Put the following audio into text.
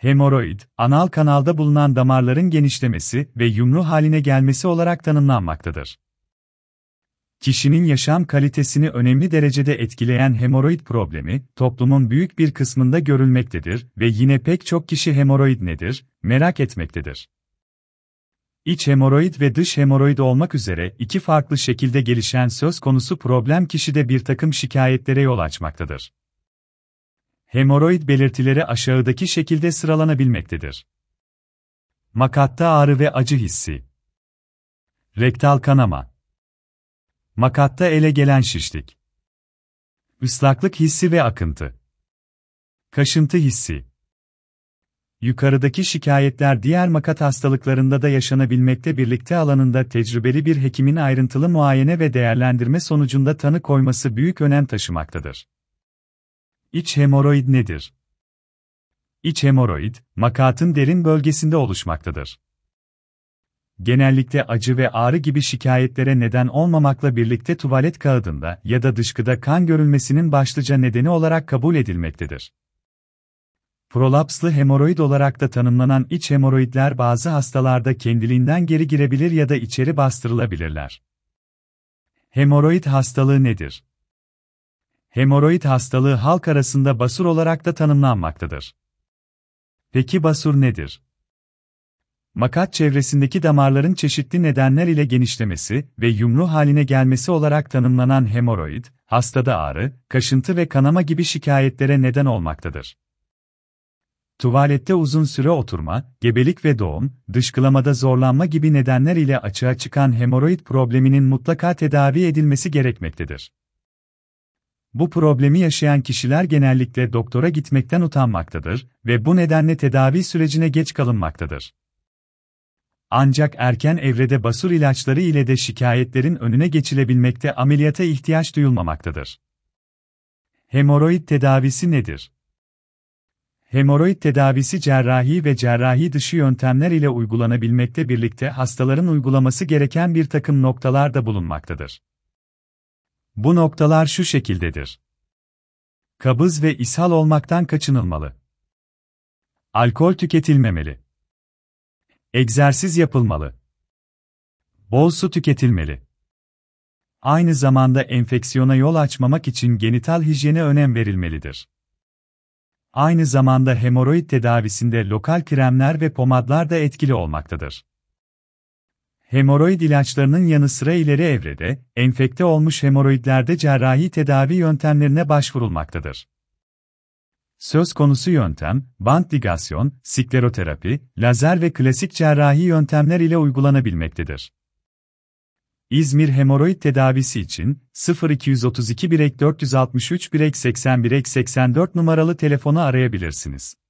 Hemoroid, anal kanalda bulunan damarların genişlemesi ve yumru haline gelmesi olarak tanımlanmaktadır. Kişinin yaşam kalitesini önemli derecede etkileyen hemoroid problemi, toplumun büyük bir kısmında görülmektedir ve yine pek çok kişi hemoroid nedir, merak etmektedir. İç hemoroid ve dış hemoroid olmak üzere iki farklı şekilde gelişen söz konusu problem kişide bir takım şikayetlere yol açmaktadır. Hemoroid belirtileri aşağıdaki şekilde sıralanabilmektedir. Makatta ağrı ve acı hissi. Rektal kanama. Makatta ele gelen şişlik. Islaklık hissi ve akıntı. Kaşıntı hissi. Yukarıdaki şikayetler diğer makat hastalıklarında da yaşanabilmekte, birlikte alanında tecrübeli bir hekimin ayrıntılı muayene ve değerlendirme sonucunda tanı koyması büyük önem taşımaktadır. İç hemoroid nedir? İç hemoroid, makatın derin bölgesinde oluşmaktadır. Genellikle acı ve ağrı gibi şikayetlere neden olmamakla birlikte tuvalet kağıdında ya da dışkıda kan görülmesinin başlıca nedeni olarak kabul edilmektedir. Prolapslı hemoroid olarak da tanımlanan iç hemoroidler bazı hastalarda kendiliğinden geri girebilir ya da içeri bastırılabilirler. Hemoroid hastalığı nedir? Hemoroid hastalığı halk arasında basur olarak da tanımlanmaktadır. Peki basur nedir? Makat çevresindeki damarların çeşitli nedenler ile genişlemesi ve yumru haline gelmesi olarak tanımlanan hemoroid, hastada ağrı, kaşıntı ve kanama gibi şikayetlere neden olmaktadır. Tuvalette uzun süre oturma, gebelik ve doğum, dışkılamada zorlanma gibi nedenler ile açığa çıkan hemoroid probleminin mutlaka tedavi edilmesi gerekmektedir. Bu problemi yaşayan kişiler genellikle doktora gitmekten utanmaktadır ve bu nedenle tedavi sürecine geç kalınmaktadır. Ancak erken evrede basur ilaçları ile de şikayetlerin önüne geçilebilmekte, ameliyata ihtiyaç duyulmamaktadır. Hemoroid tedavisi nedir? Hemoroid tedavisi cerrahi ve cerrahi dışı yöntemler ile uygulanabilmekte, birlikte hastaların uygulaması gereken bir takım noktalar da bulunmaktadır. Bu noktalar şu şekildedir. Kabız ve ishal olmaktan kaçınılmalı. Alkol tüketilmemeli. Egzersiz yapılmalı. Bol su tüketilmeli. Aynı zamanda enfeksiyona yol açmamak için genital hijyene önem verilmelidir. Aynı zamanda hemoroid tedavisinde lokal kremler ve pomadlar da etkili olmaktadır. Hemoroid ilaçlarının yanı sıra ileri evrede, enfekte olmuş hemoroidlerde cerrahi tedavi yöntemlerine başvurulmaktadır. Söz konusu yöntem, bant ligasyon, skleroterapi, lazer ve klasik cerrahi yöntemler ile uygulanabilmektedir. İzmir hemoroid tedavisi için 0232 463 81 84 numaralı telefonu arayabilirsiniz.